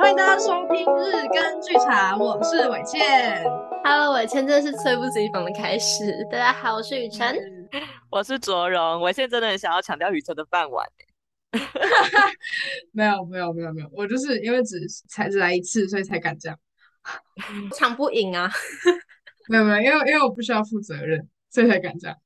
欢迎大家收听日更剧场，我是伟倩。 Hello，伟谦，真的是猝不及防的开始。大家好，我是雨辰。 是我是卓荣，我现在真的很想要抢掉雨辰的饭碗。 没有，我就是因为只来一次，所以才敢这样。 抢不赢啊！ 没有，因为我不需要负责任，所以才敢这样。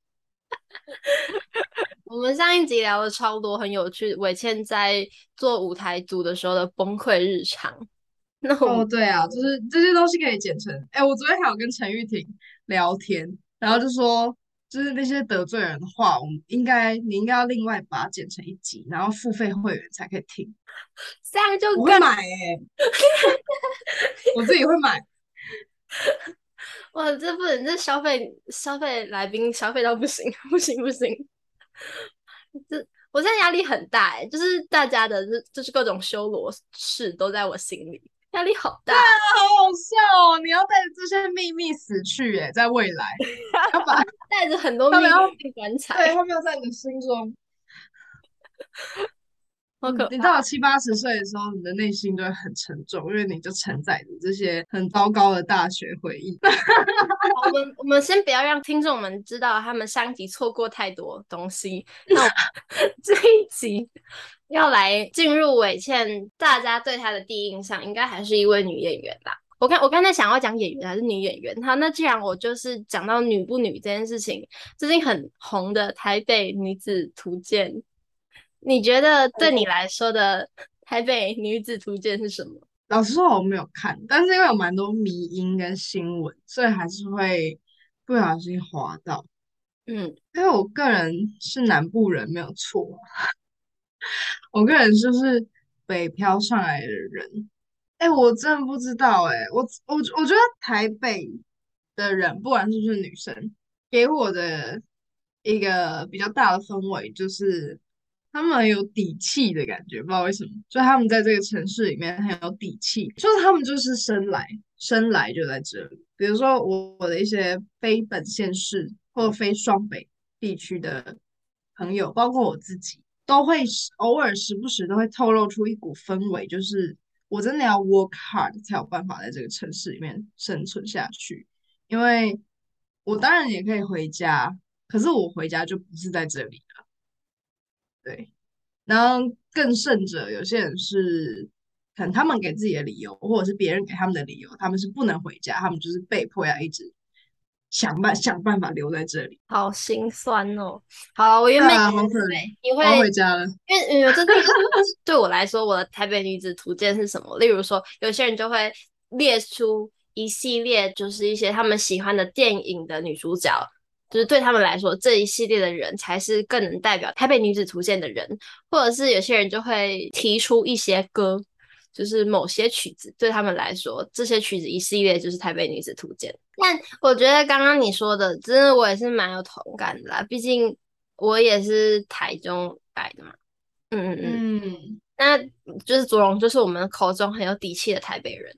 我们上一集聊了超多很有趣，伟谦在做舞台组的时候的崩溃日常。那我们哦，对啊，就是这些东西可以剪成。哎，我昨天还有跟陈玉婷聊天，然后就说，就是那些得罪人的话，你应该要另外把它剪成一集，然后付费会员才可以听。 这样就更我会买哎、我自己会买。 哇，这不能这消费来宾消费到不行不行！这我现在压力很大就是大家的就是各种修罗事都在我心里，压力好大。 好好笑哦！你要带着这些秘密死去耶，在未来要把带着很多他们要秘密进棺材， 对他们要在你的心中。 好可怕。 你到了七八十岁的时候，你的内心都会很沉重，因为你就承载着这些很糟糕的大学回忆。 我们先不要让听众们知道他们上一集错过太多东西。那我们这一集要来进入伟倩，大家对她的第一印象应该还是一位女演员啦。我刚才想要讲演员还是女演员，好，那既然我就是讲到女不女这件事情，最近很红的《台北女子图鉴》，你觉得对你来说的《台北女子图鉴》是什么？ 老实说，我没有看，但是因为有蛮多迷因跟新闻，所以还是会不小心滑到。 嗯， 因为我个人是南部人，没有错，我个人就是北漂上来的人。哎，我真的不知道哎，我觉得台北的人，不管是不是女生，给我的一个比较大的氛围就是他们很有底气的感觉，不知道为什么，就他们在这个城市里面很有底气，就是他们就是生来就在这里。比如说我的一些非本县市或非双北地区的朋友，包括我自己。都会偶尔时不时都会透露出一股氛围，就是我真的要 work hard 才有办法在这个城市里面生存下去。因为我当然也可以回家，可是我回家就不是在这里了。对，然后更甚者，有些人是可能他们给自己的理由，或者是别人给他们的理由，他们是不能回家，他们就是被迫要一直想办法留在这里。 好心酸哦。好了，我原本以对啊，好可怜， 为你我要会， 回家了。 因为这是一个对我来说，我的台北女子图鉴是什么？例如说，有些人就会列出一系列，就是一些他们喜欢的电影的女主角，就是对他们来说，这一系列的人才是更能代表台北女子图鉴的人，或者是有些人就会提出一些歌。就是某些曲子对他们来说，这些曲子一系列就是台北女子图鉴。但我觉得刚刚你说的，真的我也是蛮有同感的啦。毕竟我也是台中来的嘛，嗯， 嗯那就是卓荣，就是我们口中很有底气的台北人。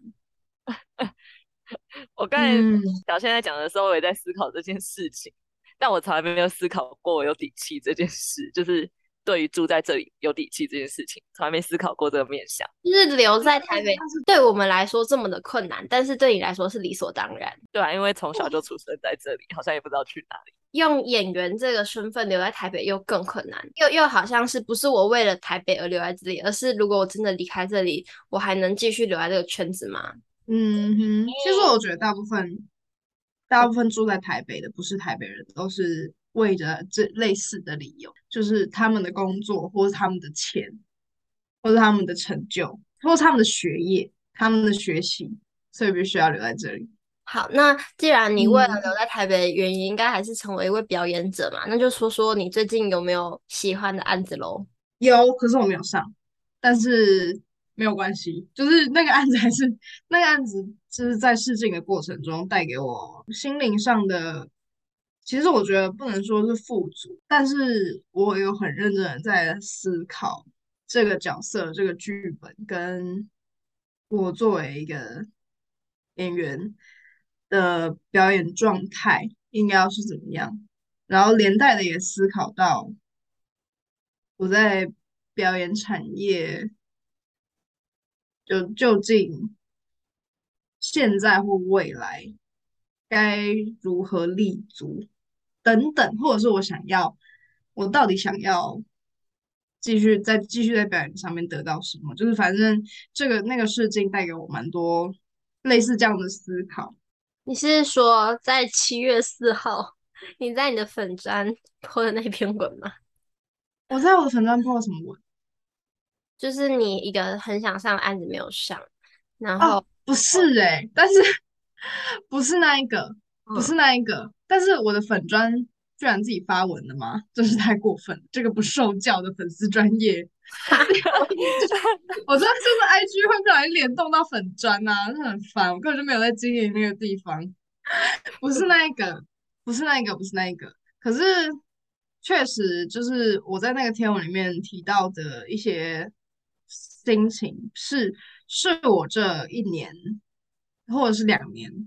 嗯我刚才嗯。 小现在讲的时候，我也在思考这件事情，但我从来没有思考过我有底气这件事，就是对于住在这里有底气这件事情，从来没思考过这个面向。就是留在台北，对我们来说这么的困难，但是对你来说是理所当然。对啊，因为从小就出生在这里，好像也不知道去哪里。用演员这个身份留在台北又更困难，又好像是不是我为了台北而留在这里，而是如果我真的离开这里，我还能继续留在这个圈子吗？ 嗯哼，其实我觉得大部分住在台北的不是台北人，都是为着这类似的理由，就是他们的工作，或是他们的钱，或是他们的成就，或是他们的学业、他们的学习，所以必须要留在这里。 好，那既然你为了留嗯， 在台北的原因，应该还是成为一位表演者嘛，那就说说你最近有没有喜欢的案子喽？ 有，可是我没有上，但是没有关系，就是那个案子还是那个案子，就是在试镜的过程中带给我心灵上的，其实我觉得不能说是富足，但是我有很认真的在思考这个角色、这个剧本，跟我作为一个演员的表演状态应该要是怎么样，然后连带的也思考到。我在表演产业就究竟现在或未来该如何立足等等，或者是我到底想要继续在表演上面得到什么？就是反正这个那个试镜带给我蛮多类似这样的思考。 你是说在7月4号，你在你的粉砖 po 的那篇文吗？ 我在我的粉专 po 了什么文？ 就是你一个很想上的案子没有上，然后哦，不是但是不是那一个，不嗯， 是那一个，但是我的粉专居然自己发文了吗？真是太过分了！这个不受教的粉丝专业，我真的就是 IG 会不小心联动到粉专啊，真的很烦。我根本就没有在经营那个地方，不是那一个，不是那一个，不是那一个。可是确实就是我在那个贴文里面提到的一些心情是我这一年或者是2年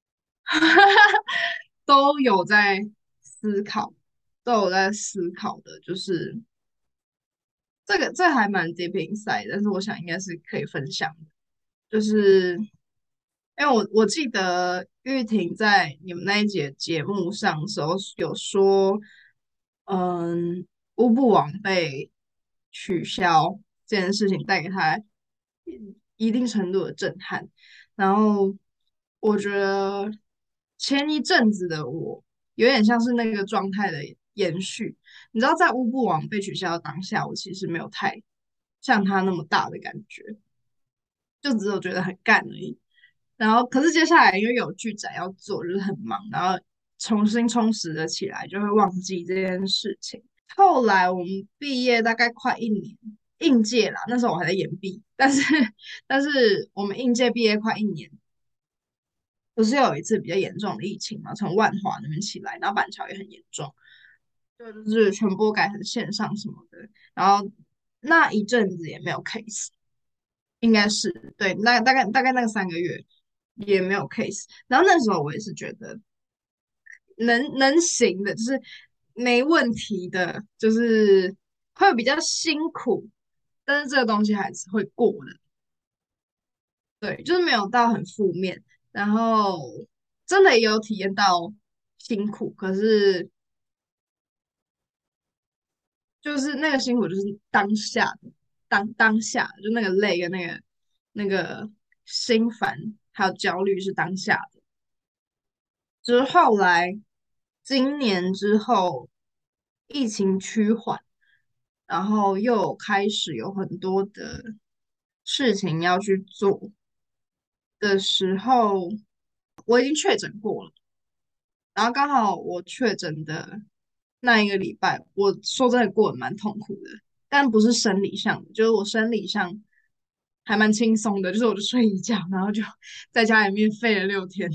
都有在思考，都有在思考的，就是这还蛮 deep inside，但是我想应该是可以分享的，就是因为我记得玉婷在你们那一节节目上的时候有说，嗯，乌布王被取消这件事情带给他一定程度的震撼。然后我觉得前一阵子的我有点像是那个状态的延续。你知道，在乌布王被取消的当下，我其实没有太像他那么大的感觉，就只有觉得很干而已。然后，可是接下来因为有剧展要做，就是很忙，然后重新充实了起来，就会忘记这件事情。后来我们毕业大概快1年，应届啦，那时候我还在延毕，但是我们应届毕业快1年，不是有一次比较严重的疫情嘛，从万华那边起来，然后板桥也很严重，就是全部改成线上什么的，然后那一阵子也没有 case，应该是对，那大概那个3个月也没有 case，然后那时候我也是觉得能行的，就是没问题的，就是会比较辛苦，但是这个东西还是会过的，对，就是没有到很负面，然后真的也有体验到辛苦，可是就是那个辛苦就是当下的当下就那个累跟那个心烦还有焦虑是当下的。之后来今年之后，疫情趋缓，然后又开始有很多的事情要去做的时候，我已经确诊过了。然后刚好我确诊的那一个礼拜，我说真的过得蛮痛苦的，但不是生理上的，就是我生理上还蛮轻松的，就是我就睡一觉，然后就在家里面废了6天，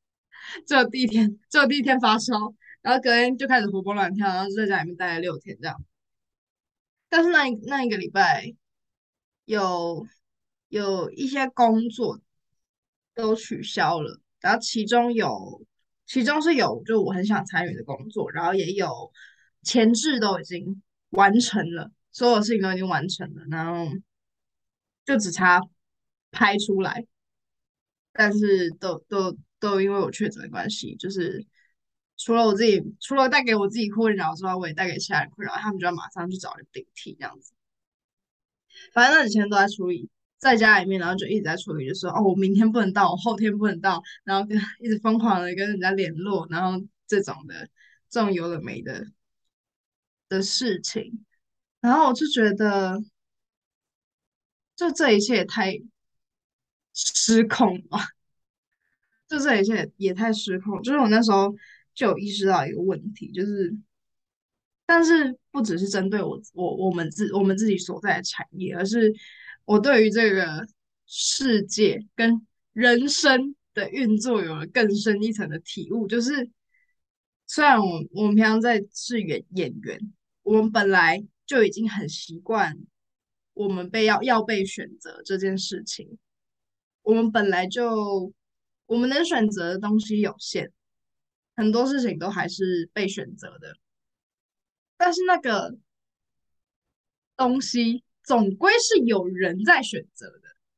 只有第一天发烧，然后隔天就开始活蹦乱跳，然后就在家里面待了6天这样。但是那一个礼拜有有一些工作都取消了，然后其中是有就我很想参与的工作，然后也有前置都已经完成了，所有事情都已经完成了，然后就只差拍出来，但是都因为我确诊的关系，就是除了带给我自己困扰之外，我也带给其他人困扰，他们就要马上去找人顶替这样子。反正那几天都在处理，在家里面，然后就一直在处理，就说哦，我明天不能到，我后天不能到，然后一直疯狂的跟人家联络，然后这种有的没的事情，然后我就觉得，就这一切也太失控了，就这一切也太失控，就是我那时候就有意识到一个问题，就是，但是不只是针对我们自己所在的产业，而是我对于这个世界跟人生的运作有了更深一层的体悟。就是虽然我们平常在是演员，我们本来就已经很习惯我们要被选择这件事情，我们本来就我们能选择的东西有限，很多事情都还是被选择的。但是那个东西总归是有人在选择的，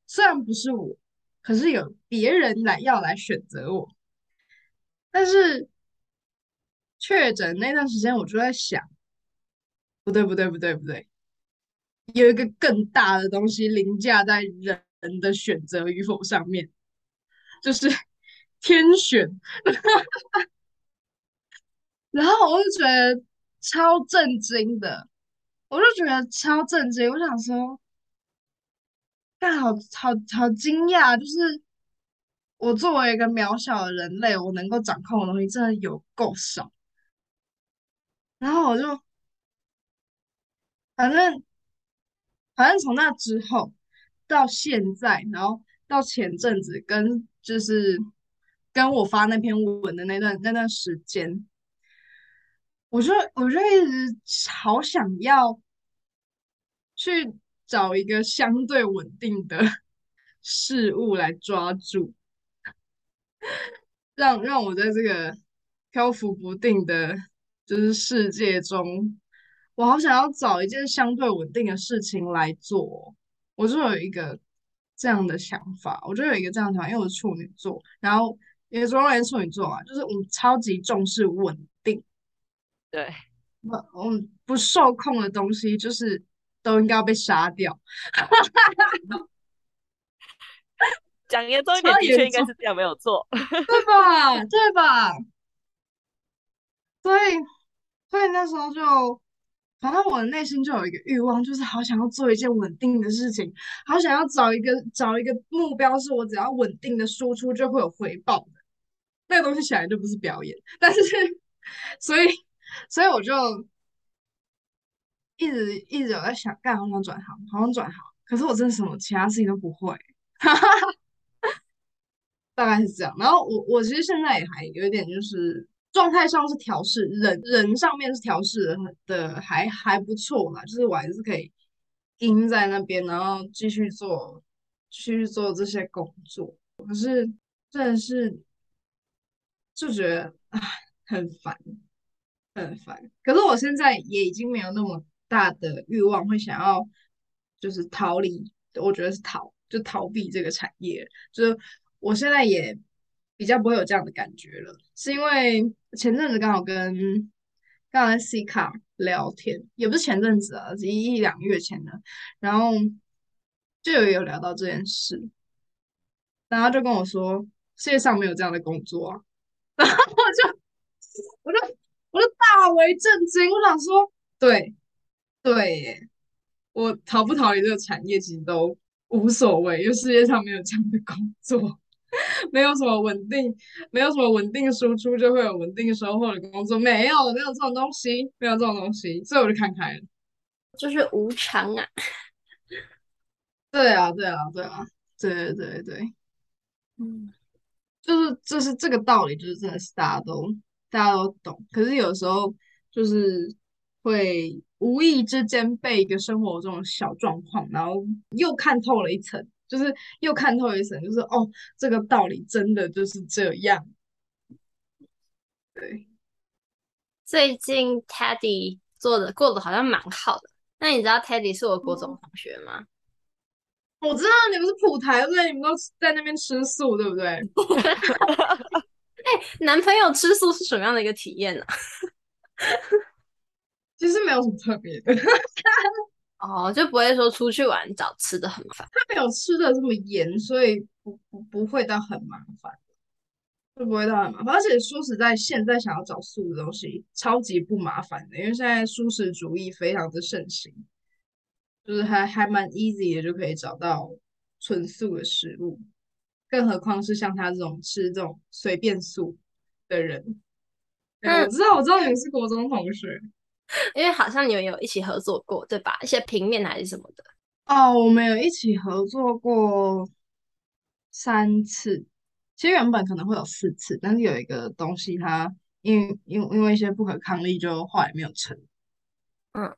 虽然不是我，可是有别人要来选择我。但是确诊那段时间，我就在想，不对，不对，不对，不对，有一个更大的东西凌驾在人的选择与否上面，就是天选。然后我就觉得超震惊的，我就觉得超震惊。我想说，但好惊讶，就是我作为一个渺小的人类，我能够掌控的东西真的有够少。然后我就反正从那之后到现在，然后到前阵子跟我发那篇文的那段时间，我就一直好想要去找一个相对稳定的事物来抓住，让我在这个漂浮不定的，就是世界中，我好想要找一件相对稳定的事情来做哦。我就有一个这样的想法，我就有一个这样的想法，因为我是处女座，然后也是双人处女座啊，就是我们超级重视稳定， 对， 我们不受控的东西，就是都应该要被杀掉， 讲严重一点， 超的确应该严重， 是这样，没有错。 对吧？对吧？所以，那时候就，反正我的内心就有一个欲望，就是好想要做一件稳定的事情，好想要找一个目标，是我只要稳定的输出就会有回报的。那个东西显然就不是表演，但是，所以，我就一直有在想，干，好想转行，好想转行。可是我真的什么其他事情都不会，大概是这样。然后我其实现在也还有一点就是状态上是调试，人上面是调试的还不错啦，就是我还是可以盯在那边，然后继续做这些工作。可是真的是就觉得唉很烦很烦。可是我现在也已经没有那么大的欲望会想要就是逃离，我觉得是逃避这个产业，就是我现在也比较不会有这样的感觉了，是因为前阵子刚好跟 C 卡聊天，也不是前阵子啊，一两个月前的，然后就有聊到这件事，然后他就跟我说世界上没有这样的工作啊，然后我就我就大为震惊，我想说，对对耶，我逃不逃离这个产业其实都无所谓，因为世界上没有这样的工作，没有什么稳定，没有什么稳定输出就会有稳定收获的工作，没有这种东西，没有这种东西，所以我就看开了。 就是无常啊。 对啊，对啊，对啊，对对对， 嗯， 就是这个道理，就是真的是大家都懂，可是有时候就是会无意之间被一个生活中的小状况，然后又看透了一层，就是又看透了一层，就是哦，这个道理真的就是这样。对， 最近 Teddy 过得好像蛮好的。那你知道 Teddy 是我国中哦同学吗？ 我知道你们是普台，对不对？你们都在那边吃素，对不对？ 男朋友吃素是什么样的一个体验呢？ 其实没有什么特别的， 哦，就不会说出去玩找吃的很烦。 它没有吃的这么严，所以不会到很麻烦。会不会到很麻烦？而且说实在，现在想要找素的东西超级不麻烦的，因为现在素食主义非常的盛行，就是还蛮 easy 的就可以找到纯素的食物，更何况是像他这种吃这种随便素的人。对，我那知道，我知道你们是国中同学因为好像你们有一起合作过，对吧？一些平面还是什么的。 哦，我们有一起合作过3次，其实原本可能会有4次，但是有一个东西它因为一些不可抗力，就后来没有成。 嗯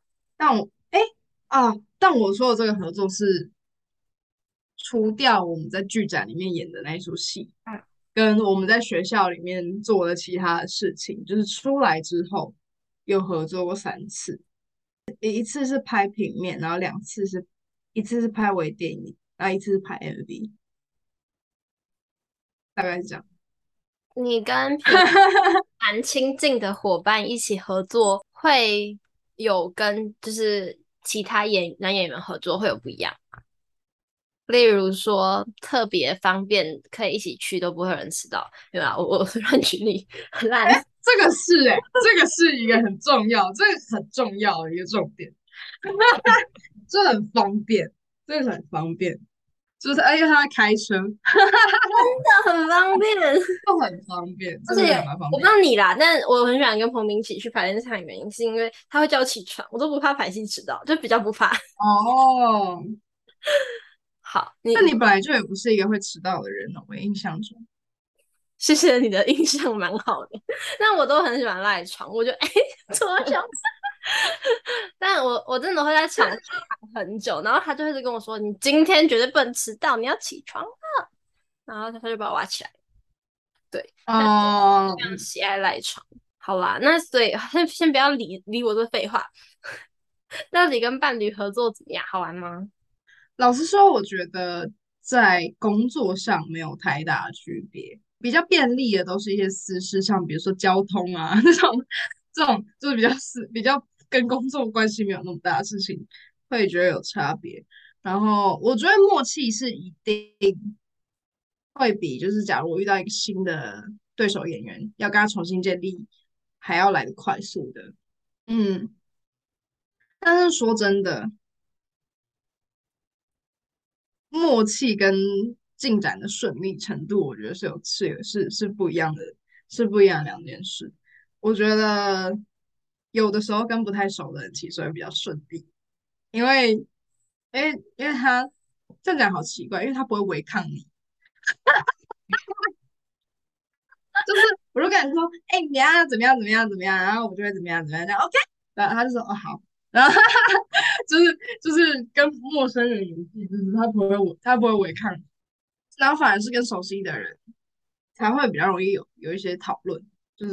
但我说的这个合作是除掉我们在剧展里面演的那一出戏， 嗯， 跟我们在学校里面做的其他的事情，就是出来之后有合作过3次，一次是拍平面，然后一次是拍微电影， 然后一次是拍 MV，大概是这样。 你跟平蛮亲近的伙伴一起合作，会有跟就是其他男演员合作会有不一样。例如说特别方便可以一起去都不会有人迟到，对吧？我乱举例很烂。 这个是这个是一个很重要，这个很重要的一个重点，这很方便，这个很方便，就是而且他会开车， 真的很方便。 就很方便， 而且这个还蛮方我不知便。 道你啦，但我很喜欢跟彭明一起去排练场的原因，是因为他会叫我起床，我都不怕排戏迟到，就比较不怕。 哦， 好， 那你本来就也不是一个会迟到的人哦，我印象中。 谢谢你的印象蛮好的，但我都很喜欢赖床，我就怎么想？但我真的会在床上躺很久，然后他就会跟我说：“你今天绝对不能迟到，你要起床。”然后他就把我挖起来。对，但是哦， 非常喜爱赖床。好啦，那所以先不要理我这废话。到底跟伴侣合作怎么样？好玩吗？ 老实说，我觉得在工作上没有太大的区别，比较便利的都是一些私事上，比如说交通啊这种就是比较跟工作关系没有那么大的事情，会觉得有差别。然后我觉得默契是一定会比就是假如我遇到一个新的对手演员，要跟他重新建立，还要来的快速的。嗯，但是说真的，默契跟进展的顺利程度，我觉得是不一样的，是不一样的两件事。我觉得有的时候跟不太熟的人其实会比较顺利，因为因为他这样讲好奇怪，因为他不会违抗你，就是我就跟你说，哎、你要怎么样怎么样怎么样，然后我就会怎么样怎么样，这样 OK，然后他就说哦好，然后就是跟陌生人游戏，就是他不会违抗你，然后反而是跟熟悉的人。才会比较容易有一些讨论，就是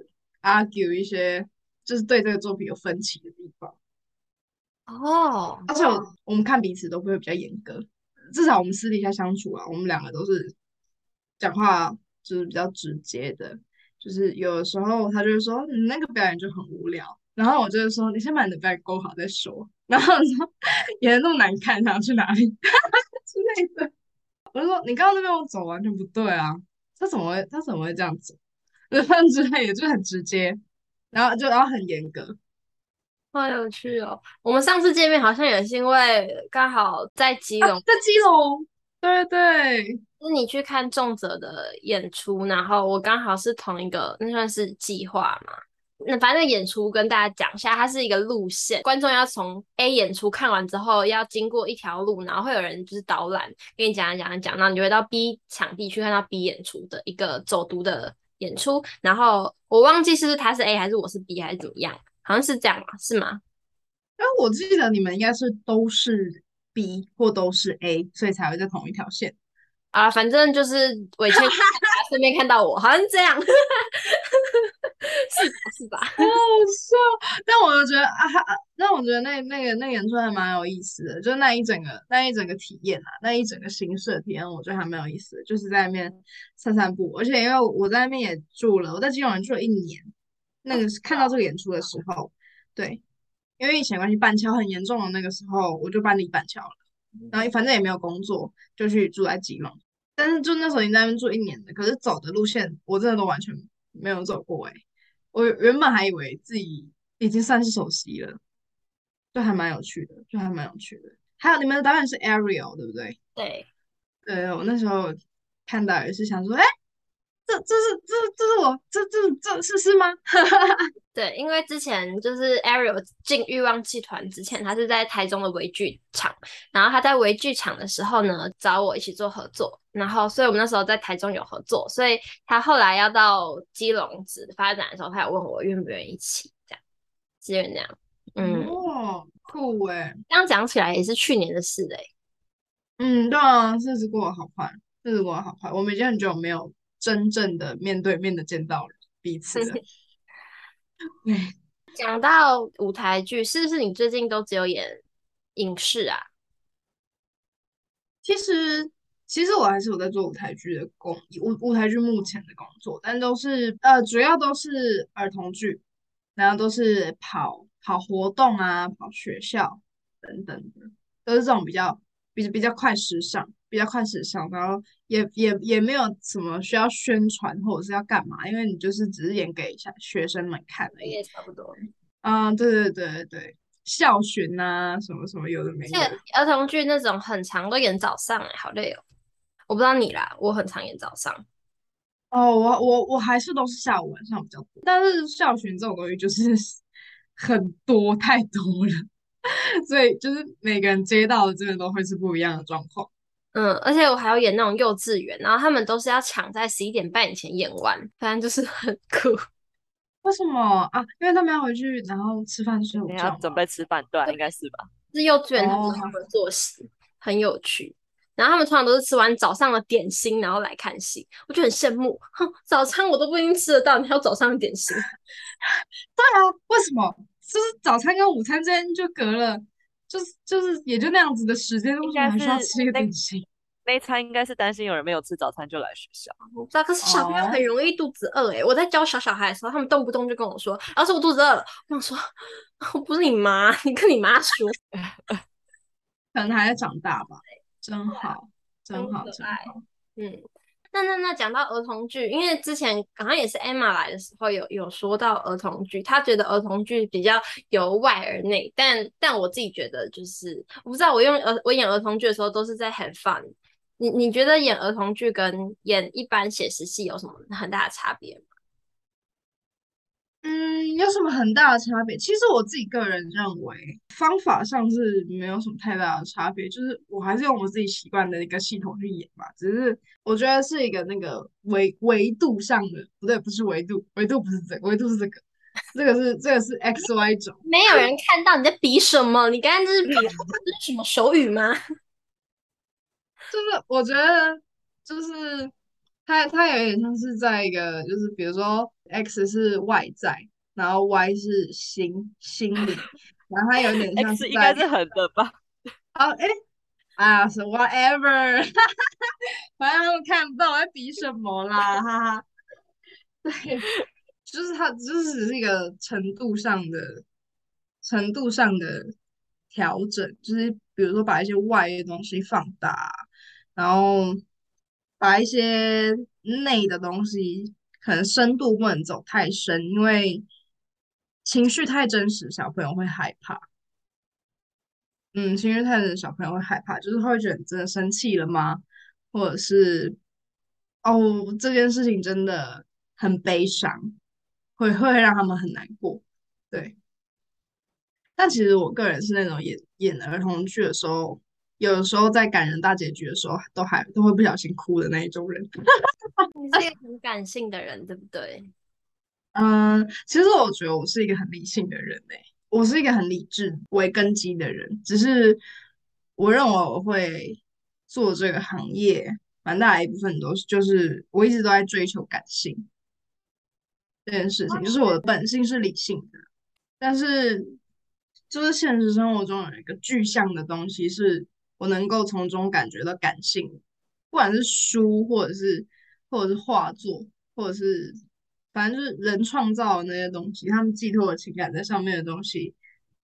argue 一些就是对这个作品有分歧的地方。 哦， 而且我们看彼此都会比较严格，至少我们私底下相处啊，我们两个都是讲话就是比较直接的，就是有的时候他就会说你那个表演就很无聊，然后我就会说你先把你的表演勾好再说，然后你说演的那么难看，想要去哪里之类的，我就说你刚刚那边我走完全不对啊，他怎么会这样子？之类的，就很直接，然后很严格。 好有趣哦！我们上次见面好像也是因为刚好在基隆， 在基隆，对对， 是你去看重泽的演出，然后我刚好是同一个，那算是计划嘛。那反正那个演出跟大家讲一下，它是一个路线，观众要从 A 演出看完之后，要经过一条路，然后会有人就是导览跟你讲，然后你就会到 B 场地去看到 B 演出的一个走读的演出。然后我忘记是他是 A 还是我是 B 还是怎么样，好像是这样嘛，是吗？ 因为我记得你们应该是都是 B 或都是 A，所以才会在同一条线。 啊，反正就是伟倩顺便看到我，好像是这样，是吧？是吧？ 好好笑，但我觉得那我觉得那个演出还蛮有意思的，就那一整个体验啊，那一整个形式的体验，我觉得还蛮有意思的，就是在那边散散步，而且因为我在那边也住了，我在基隆人住了1年，那个是看到这个演出的时候，对，因为疫情关系板桥很严重的那个时候，我就搬离板桥了，然后反正也没有工作，就去住在基隆，但是就那时候已经在那边住1年了，可是走的路线我真的都完全没有走过我原本还以为自己已经算是熟悉了，就还蛮有趣的，就还蛮有趣的。还有你们的导演是 Ariel 对不对？ 对。 对，我那时候看到也是想说，哎，这是吗？ 对，因为之前就是 Ariel 进欲望剧团之前，他是在台中的微剧场，然后他在微剧场的时候呢，找我一起做合作，然后所以我们那时候在台中有合作，所以他后来要到基隆子发展的时候，他有问我愿不愿意一起这样，是因为那样。嗯， 哦，酷诶， 这样讲起来也是去年的事嘞。 嗯，对啊，日子过得好快，日子过得好快，我们已经很久没有真正的面对面的见到彼此了。哎， 讲到舞台剧，是不是你最近都只有演影视啊？ 其实其实我还是有在做舞台剧的舞台剧目前的工作，但都是主要都是儿童剧，然后都是跑跑活动啊，跑学校等等的，都是这种比较快时尚，比较快时尚，然后也没有什么需要宣传或者是要干嘛，因为你就是只是演给学生们看而已。 我也差不多。 嗯，对对对对对，校巡啊，什么什么有的没而且的。 儿童剧那种很长都演早上、好累哦。我不知道你啦，我很常演早上。 哦，我还是都是下午晚上比较多，但是校巡这种东西就是很多太多了，所以就是每个人接到的真的都会是不一样的状况。 嗯，而且我还要演那种幼稚园，然后他们都是要抢在11点半以前演完，反正就是很酷。 为什么啊？因为他们要回去，然后吃饭睡午你要觉嘛。 准备吃饭，对啊，应该是吧？ 是幼稚园他们哦， 的作息很有趣，然后他们通常都是吃完早上的点心，然后来看戏，我就很羡慕。哼，早餐我都不一定吃得到，你还有早上的点心。 对啊，为什么？就是早餐跟午餐之间就隔了，就是也就那样子的时间，为应什么还需要该是吃一个那点心？ 那一餐应该是担心有人没有吃早餐就来学校。 我不知道，可是小朋友哦， 很容易肚子饿诶。我在教小孩的时候，他们动不动就跟我说："老师，我肚子饿了。"我想说，我不是你妈，你跟你妈说。 可能还在长大吧。真好，真好， 很可爱。 真好。 嗯，那讲到儿童剧，因为之前好像也是 Emma 来的时候有说到儿童剧，她觉得儿童剧比较由外而内，但我自己觉得就是我不知道，我演儿童剧的时候都是在 have fun。你觉得演儿童剧跟演一般写实戏有什么很大的差别吗？ 嗯，有什么很大的差别？其实我自己个人认为，方法上是没有什么太大的差别，就是我还是用我自己习惯的一个系统去演吧。只是我觉得是一个那个维度上的，不对，不是维度，维度不是这个，维度是这个，这个是 X Y 轴。 没有人看到你在比什么，你刚刚这是比这是什么手语吗？ 就是我觉得，就是它有点像是在一个，就是比如说 X 是外在，然后 Y 是心理，然后它有点像是 X 应在该是横的吧？ 啊，哎啊，是 whatever，反正他们看不到我在比什么啦，哈哈。对，就是它，就是只是一个程度上的调整，就是比如说把一些外的东西放大，然后把一些内的东西可能深度不能走太深，因为情绪太真实，小朋友会害怕。嗯，情绪太真实，小朋友会害怕，就是会觉得你真的生气了吗？或者是哦，这件事情真的很悲伤，会让他们很难过。对，但其实我个人是那种演儿童剧的时候，有的时候在感人大结局的时候，都会不小心哭的那一种人。 你是一个很感性的人，对不对？ 嗯，其实我觉得我是一个很理性的人我是一个很理智为根基的人，只是我认为我会做这个行业，蛮大的一部分都是就是我一直都在追求感性这件事情，就是我的本性是理性的，但是就是现实生活中有一个具象的东西，是我能够从中感觉到感性，不管是书或者是画作，或者是反正就是人创造的那些东西，他们寄托的情感在上面的东西，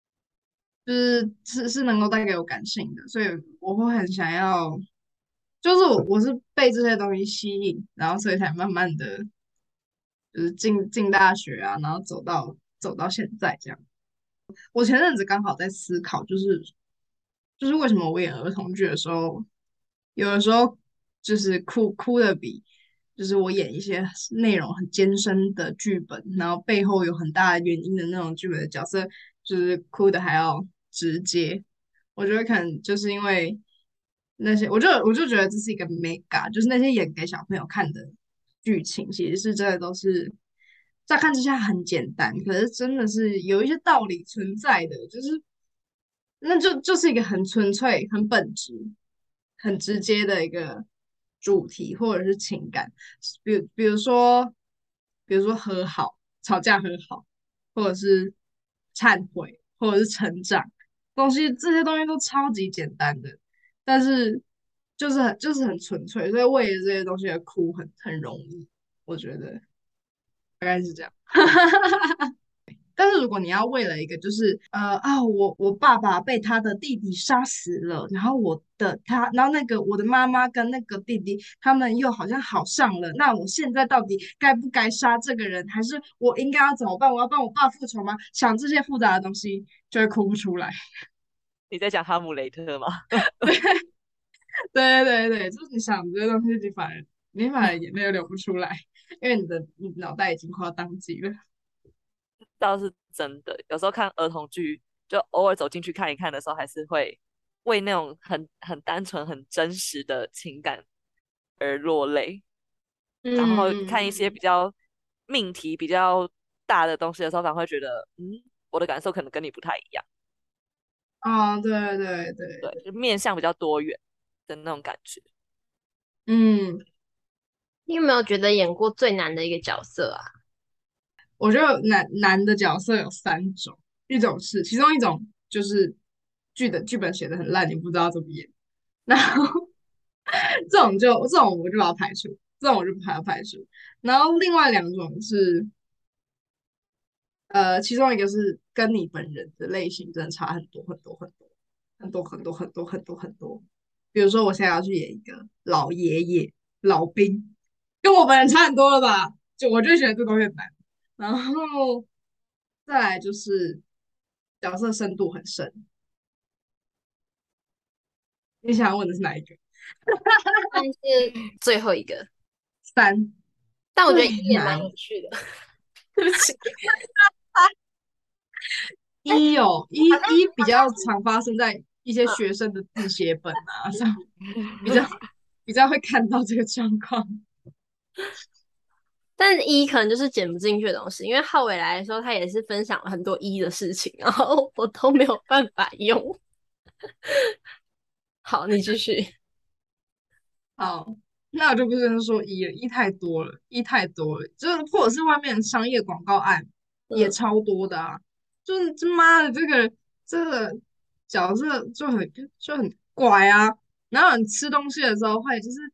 是能够带给我感性的，所以我会很想要，就是我是被这些东西吸引，然后所以才慢慢的就是进大学啊，然后走到现在这样。我前阵子刚好在思考，就是为什么我演儿童剧的时候，有的时候就是哭哭的比，就是我演一些内容很艰深的剧本，然后背后有很大的原因的那种剧本的角色，就是哭的还要直接。我觉得可能就是因为那些，我就觉得这是一个 mega，就是那些演给小朋友看的剧情，其实是真的都是乍看之下很简单，可是真的是有一些道理存在的，就是那就是一个很纯粹、很本质、很直接的一个主题或者是情感，比如说和好、吵架和好，或者是忏悔，或者是成长，这些东西都超级简单的，但是就是很纯粹，所以为了这些东西而哭很容易，我觉得大概是这样。但是如果你要为了一个就是我爸爸被他的弟弟杀死了，然后然后那个我的妈妈跟那个弟弟他们又好像好上了，那我现在到底该不该杀这个人，还是我应该要怎么办？我要帮我爸复仇吗？想这些复杂的东西就会哭不出来。 你在讲哈姆雷特吗？ 对对对，就是你想这些东西，你反而眼泪又流不出来，因为你脑袋已经快要宕机了。 倒是真的，有时候看儿童剧，就偶尔走进去看一看的时候，还是会为那种很单纯、很真实的情感而落泪。然后看一些嗯嗯比较命题比较大的东西的时候，反而会觉得，我的感受可能跟你不太一样。 对对对对， 对， 就面向比较多元的那种感觉。 嗯。 你有没有觉得演过最难的一个角色啊？ 我觉得男的角色有3种，一种是其中一种就是剧本写的很烂，你不知道怎么演，然后这种我就把它排除，这种我就把它排除。然后另外2种是其中一个是跟你本人的类型真的差很多很多很多很多很多很多很多很多。比如说我现在要去演一个老爷爷老兵，跟我本人差很多了吧？我就觉得这东西很难。然后再来就是角色深度很深。你想要问的是哪一个？ 但是最后一个， 三， 但我觉得最一也蛮有难。 趣的。对不起，哎， 一比好像较常发生在一些学生的自写本啊上，比较比较会看到这个状况。 但是一可能就是剪不进去的东西，因为浩伟来的时候，他也是分享了很多一的事情，然后我都没有办法用。好，你继续。 好，那我就不是说一了，一太多了，一太多了，就是或者是外面的商业广告案也嗯， 超多的啊，就是他妈的这个角色就很怪啊，然后你吃东西的时候会就是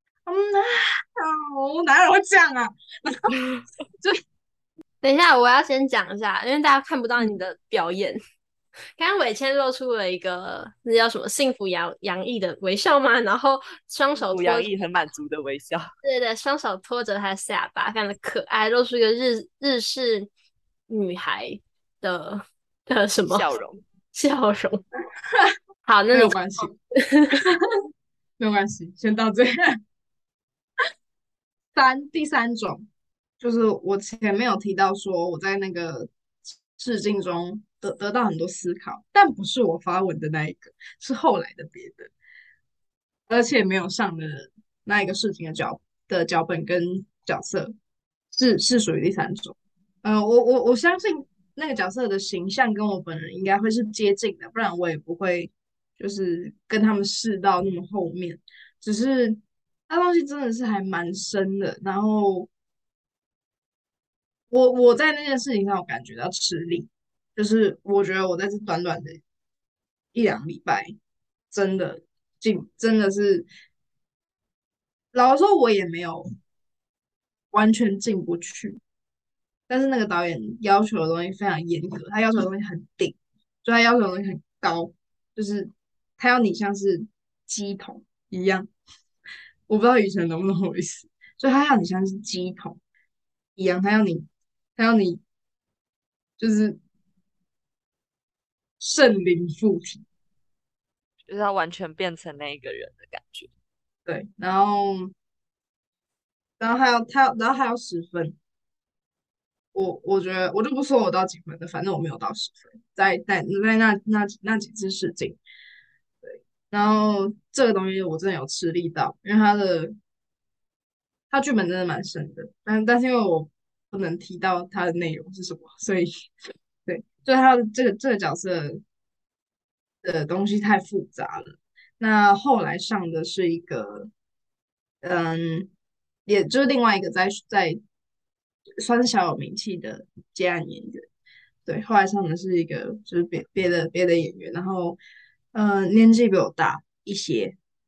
我哪有人会这样啊？然后就等一下，我要先讲一下，因为大家看不到你嗯的表演。刚刚伟谦露出了一个那叫什么幸福洋溢的微笑吗？然后双手托， 吴洋溢很满足的微笑。 对对，双手托着他的下巴，非常的可爱，露出一个日式女孩的什么笑容。 笑容。好，那你没有关系，没有关系，先到这。第三种就是我前面有提到说我在那个试镜中得到很多思考，但不是我发文的那一个，是后来的别的，而且没有上的那一个事情的脚本跟角色是属于第3种。我相信那个角色的形象跟我本人应该会是接近的，不然我也不会就是跟他们试到那么后面。只是那东西真的是还蛮深的，然后我在那件事情上，我感觉到吃力，就是我觉得我在这短短的1、2礼拜，真的真的是，老实说，我也没有完全进不去，但是那个导演要求的东西非常严格，他要求的东西很顶，就他要求的东西很高，就是他要你像是鸡桶一样，我不知道雨辰懂不懂我意思，所以他要你像是鸡桶一样，他要你就是圣灵附体。 就是要完全变成那一个人的感觉。 对，然后还要10分，我觉得我就不说我到几分的，反正我没有到10分，在那几次试镜，然后这个东西我真的有吃力到，因为他剧本真的蛮深的，但是因为我不能提到他的内容是什么，所以对，就是他的这个角色的东西太复杂了。那后来上的是一个，嗯，也就是另外一个在算是小有名气的接案演员。对，后来上的是一个就是别的演员，然后年纪比我大一些，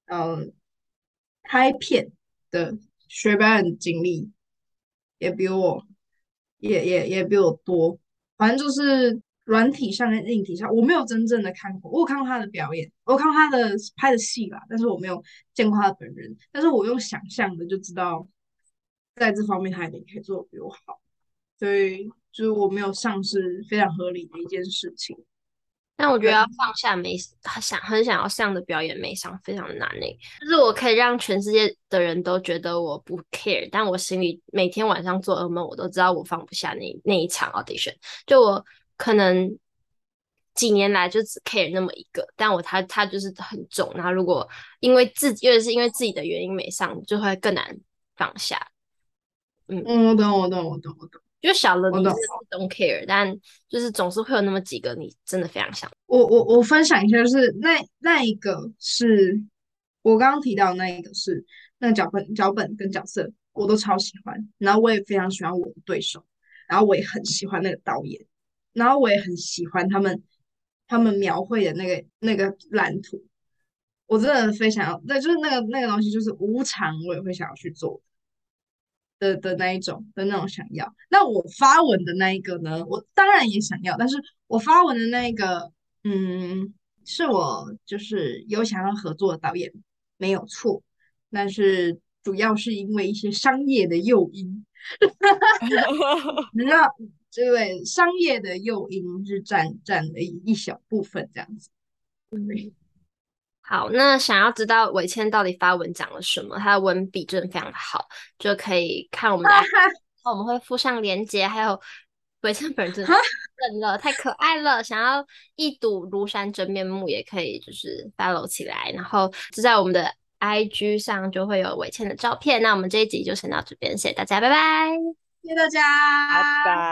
嗯，拍片的学表演经历也比我也比我多，反正就是软体上跟硬体上，我没有真正的看过，我有看过他的表演，我有看过他的拍的戏啦，但是我没有见过他的本人，但是我用想象的就知道，在这方面他一定可以做得比我好，所以就是我没有上是非常合理的一件事情。 但我觉得对， 要放下很想要上的表演没上非常难诶，就是我可以让全世界的人都觉得我不 care，但我心里每天晚上做噩梦，我都知道我放不下那一场 audition。就我可能几年来就只 care 那么一个，但他就是很重，然后如果因为自己，尤其是因为自己的原因没上，就会更难放下。嗯， 嗯，我懂。 就小了我懂。 你真的是 don't care，但就是总是会有那么几个你真的非常想。 我分享一下，就是那一个是我刚刚提到的那一个是那个脚本跟角色我都超喜欢，然后我也非常喜欢我的对手，然后我也很喜欢那个导演，然后我也很喜欢他们描绘的那个蓝图，我真的非常要，对，就是那个东西就是无偿，我也会想要去做的那种想要。那我发文的那一个呢，我当然也想要，但是我发文的那一个，是我就是有想要合作的导演，没有错，但是主要是因为一些商业的诱因，你知道，对，商业的诱因是占了一小部分这样子。对， 嗯，好，那想要知道伟谦到底发文讲了什么，他的文笔真的非常的好，就可以看我们的 IG，我们会附上链接，还有伟谦本人真的哈， 太冷了，太可爱了，想要一睹庐山真面目，也可以就是 follow 起来，然后就在我们的 IG 上就会有伟谦的照片。那我们这一集就先到这边，谢谢大家，拜拜。 谢谢大拜家。 拜。